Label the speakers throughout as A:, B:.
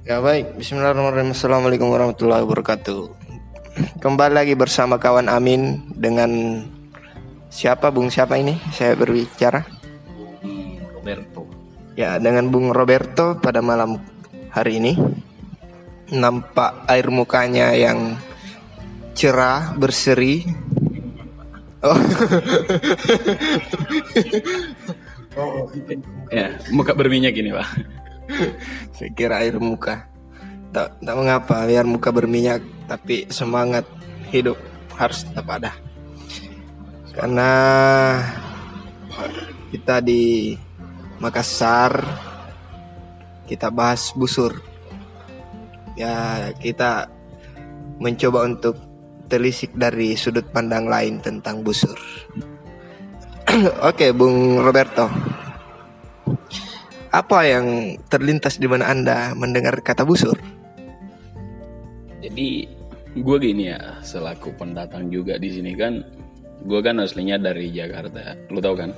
A: Ya baik, Bismillahirrahmanirrahim. Assalamualaikum warahmatullahi wabarakatuh. Kembali lagi bersama kawan Amin dengan siapa Bung siapa ini? Saya berbicara.
B: Roberto.
A: Ya, dengan Bung Roberto pada malam hari ini. Nampak air mukanya yang cerah, berseri. Oh.
B: Ya, muka berminyak gini, Pak.
A: Saya kira air muka. Tak mengapa biar muka berminyak, tapi semangat hidup harus tetap ada. Karena kita di Makassar, kita bahas busur. Ya, kita mencoba untuk telisik dari sudut pandang lain tentang busur. Oke, Bung Roberto. Apa yang terlintas di mana Anda mendengar kata busur?
B: Jadi gue gini ya, selaku pendatang juga di sini kan, gue kan aslinya dari Jakarta, lu tau kan?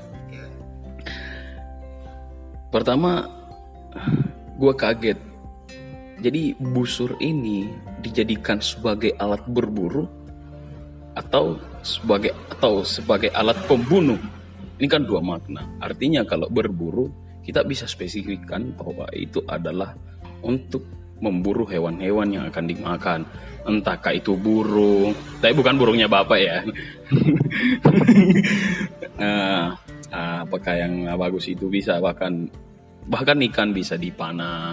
B: Pertama, gue kaget. Jadi busur ini dijadikan sebagai alat berburu atau sebagai alat pembunuh. Ini kan dua makna. Artinya kalau berburu kita bisa spesifikkan bahwa itu adalah untuk memburu hewan-hewan yang akan dimakan. Entahkah itu burung, tapi bukan burungnya Bapak ya. Apakah yang bagus itu bisa bahkan ikan bisa dipanah.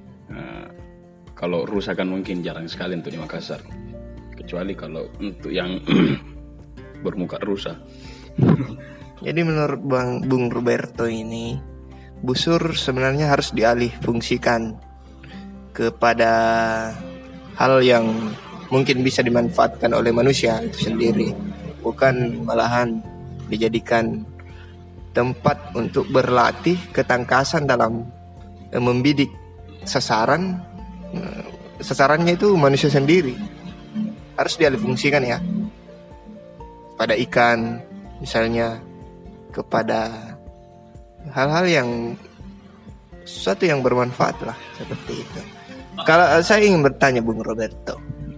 B: Kalau rusa kan mungkin jarang sekali untuk di Makassar. Kecuali kalau untuk yang bermuka rusa.
A: Jadi menurut Bung Roberto ini, busur sebenarnya harus dialih fungsikan kepada hal yang mungkin bisa dimanfaatkan oleh manusia itu sendiri, bukan malahan dijadikan tempat untuk berlatih ketangkasan dalam membidik sasaran. Sasarannya itu manusia sendiri. Harus dialih fungsikan ya, pada ikan misalnya, kepada hal-hal yang sesuatu yang bermanfaat lah, seperti itu. Kalau saya ingin bertanya Bung Roberto,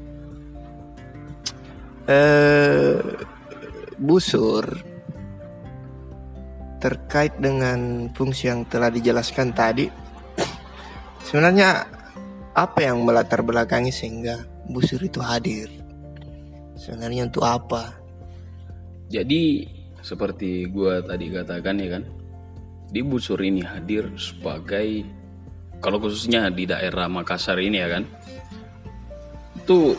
A: busur terkait dengan fungsi yang telah dijelaskan tadi, sebenarnya apa yang melatar belakangi sehingga busur itu hadir? Sebenarnya untuk apa?
B: Jadi seperti gue tadi katakan ya kan, di busur ini hadir sebagai, kalau khususnya di daerah Makassar ini ya kan, itu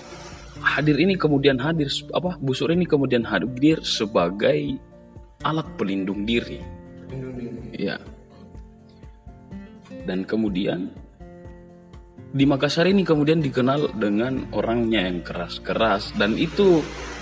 B: busur ini kemudian hadir sebagai alat pelindung diri. Ya. Dan kemudian di Makassar ini kemudian dikenal dengan orangnya yang keras-keras, dan itu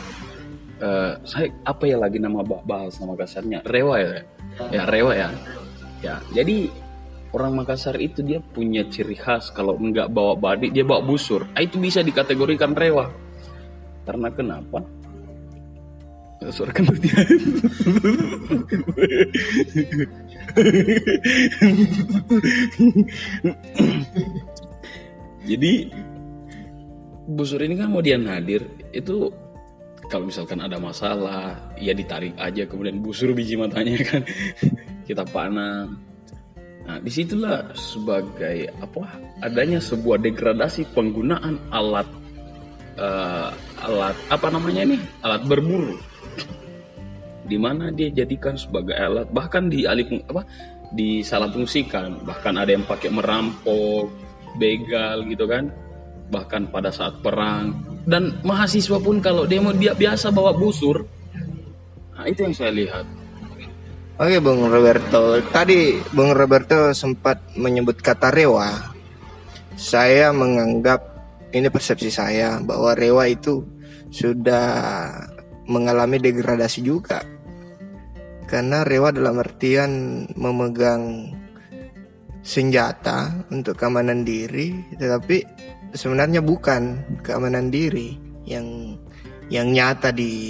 B: lagi nama bahasa Makassarnya, rewa ya. Ya, rewa ya. Ya, jadi orang Makassar itu dia punya ciri khas, kalau nggak bawa badik dia bawa busur. Itu bisa dikategorikan rewa. Karena kenapa? Suara kentutnya. Jadi busur ini kan kemudian hadir itu kalau misalkan ada masalah, ya ditarik aja kemudian busur biji matanya kan kita panah. Nah, disitulah sebagai adanya sebuah degradasi penggunaan alat berburu, di mana dia jadikan sebagai alat, bahkan disalah fungsikan, bahkan ada yang pakai merampok, begal gitu kan, bahkan pada saat perang. Dan mahasiswa pun kalau dia biasa bawa busur. Nah, itu yang saya lihat.
A: Oke Bung Roberto, tadi Bung Roberto sempat menyebut kata rewa. Saya menganggap, ini persepsi saya, bahwa rewa itu sudah mengalami degradasi juga. Karena rewa dalam artian memegang senjata untuk keamanan diri, tetapi sebenarnya bukan keamanan diri yang nyata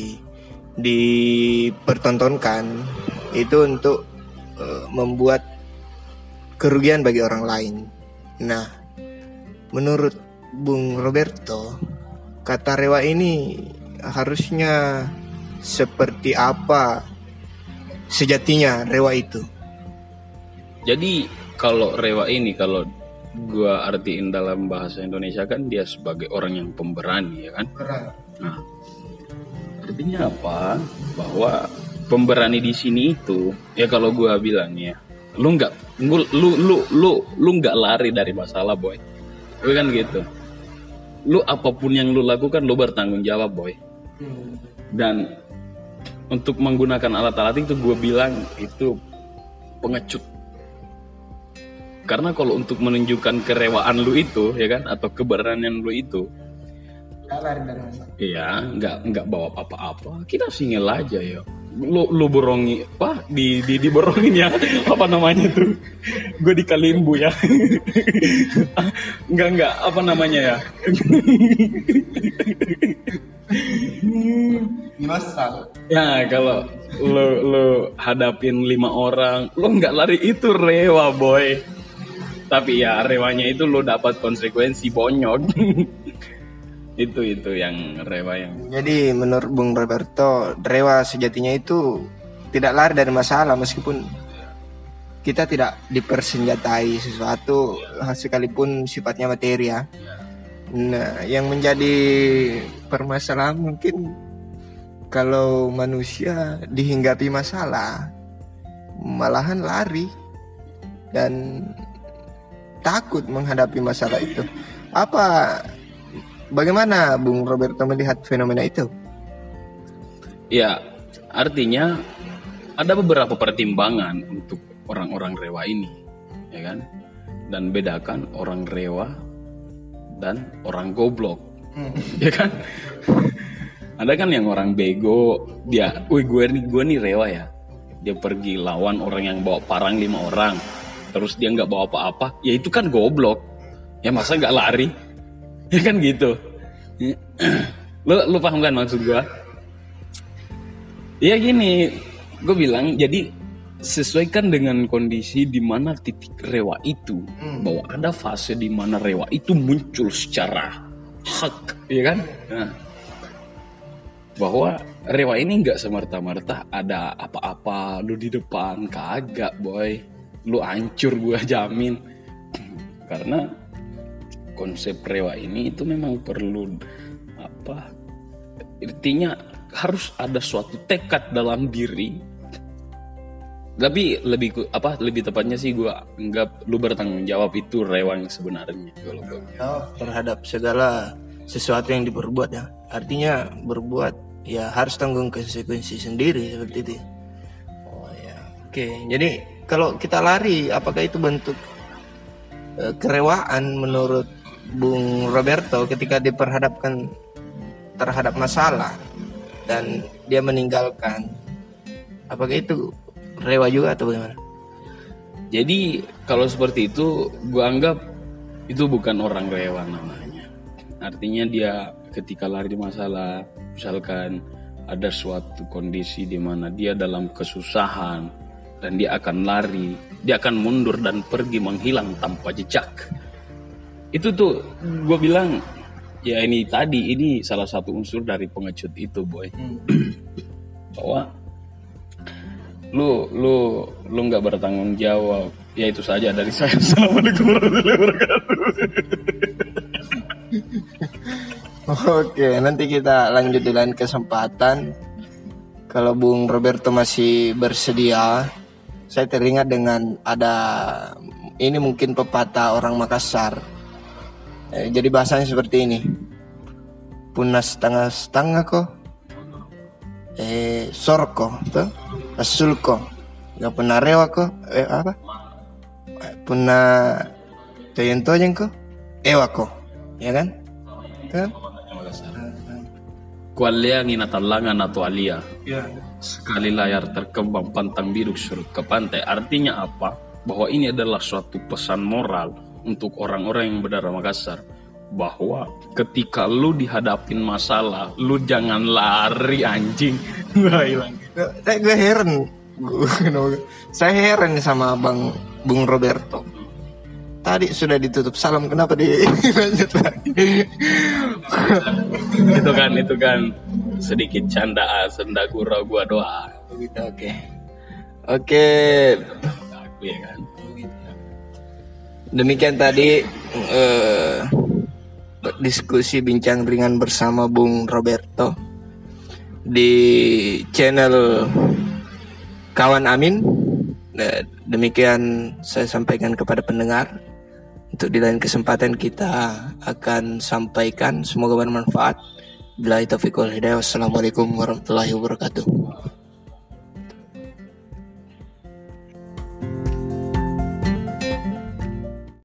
A: dipertontonkan, itu untuk membuat kerugian bagi orang lain. Nah, menurut Bung Roberto, kata rewa ini harusnya seperti apa sejatinya rewa itu?
B: Jadi kalau rewa ini, kalau gua artiin dalam bahasa Indonesia kan dia sebagai orang yang pemberani, ya kan? Nah, artinya apa? Bahwa pemberani di sini itu, ya kalau gua bilang ya, lu nggak lari dari masalah, boy. Tapi kan gitu. Lu apapun yang lu lakukan, lu bertanggung jawab, boy. Dan untuk menggunakan alat-alat itu gue bilang itu pengecut. Karena kalau untuk menunjukkan kerewaan lu itu, ya kan, atau keberanian lu itu, iya, nggak bawa apa-apa. Kita single aja ya. Lu borongi, diborongin ya, apa namanya tuh? Gue dikalimbu ya. Enggak, apa namanya ya?
A: Masal.
B: Ya kalau lu hadapin 5 orang, lu nggak lari, itu rewa, boy. Tapi ya rewanya itu lu dapat konsekuensi bonyok. itu yang rewa yang.
A: Jadi menurut Bung Roberto, rewa sejatinya itu tidak lari dari masalah meskipun kita tidak dipersenjatai sesuatu sekalipun sifatnya materi ya. Nah, yang menjadi permasalahan mungkin kalau manusia dihinggapi masalah malahan lari dan takut menghadapi masalah itu. Bagaimana Bung Roberto melihat fenomena itu?
B: Ya, artinya ada beberapa pertimbangan untuk orang-orang rewa ini, ya kan? Dan bedakan orang rewa dan orang goblok, ya kan? Ada kan yang orang bego, dia, gue nih rewa ya. Dia pergi lawan orang yang bawa parang 5 orang, terus dia nggak bawa apa-apa, ya itu kan goblok. Ya masa nggak lari? Ya kan gitu. Lu paham kan maksud gue? Ya gini, gue bilang, jadi sesuaikan dengan kondisi di mana titik rewa itu, bahwa ada fase di mana rewa itu muncul secara hak, ya kan? Nah, bahwa rewa ini nggak semerta-merta ada apa-apa lu di depan, kagak, boy. Lu hancur, gue jamin. Karena konsep rewa ini itu memang perlu artinya harus ada suatu tekad dalam diri. Tapi lebih tepatnya sih gue anggap lu bertanggung jawab, itu rewa yang sebenarnya kalau gue.
A: Terhadap segala sesuatu yang diperbuat ya. Artinya berbuat ya harus tanggung konsekuensi sendiri seperti itu. Oh ya. Oke, jadi kalau kita lari, apakah itu bentuk kerewaan menurut Bung Roberto ketika diperhadapkan terhadap masalah dan dia meninggalkan? Apakah itu rewa juga atau bagaimana?
B: Jadi kalau seperti itu, gue anggap itu bukan orang rewa namanya. Artinya dia ketika lari di masalah, misalkan ada suatu kondisi di mana dia dalam kesusahan dan dia akan lari, dia akan mundur dan pergi menghilang tanpa jejak. Itu tuh gue bilang, ya ini salah satu unsur dari pengecut itu, boy. Bahwa lu nggak bertanggung jawab. Ya itu saja dari saya. Assalamualaikum warahmatullahi wabarakatuh.
A: Oke, nanti kita lanjut di lain kesempatan. Kalau Bung Roberto masih bersedia, saya teringat dengan ada ini mungkin pepatah orang Makassar. Jadi bahasanya seperti ini. Punas setengah-setengah kok. Sorko tuh. Asulko. Gak pernah rewa kok. Pernah toyen-toyen kok. Ewa kok. Ya kan?
B: Kualia nginatallangan atau alia.
A: Ya.
B: Sekali layar terkembang pantang biru surut ke pantai. Artinya apa? Bahwa ini adalah suatu pesan moral untuk orang-orang yang berdarah Makassar, bahwa ketika lu dihadapin masalah, lu jangan lari, anjing.
A: Gue heran. Saya heran sama Bung Roberto. tadi sudah ditutup salam, kenapa dilanjut lagi?
B: Itu kan sedikit canda senda gurau gua doang.
A: Gitu, oke.
B: Aku ya kan.
A: Demikian tadi diskusi bincang ringan bersama Bung Roberto di channel Kawan Amin. Demikian saya sampaikan kepada pendengar. Untuk di lain kesempatan kita akan sampaikan, semoga bermanfaat. Billahi taufiq wal hidayah. Wassalamualaikum warahmatullahi wabarakatuh.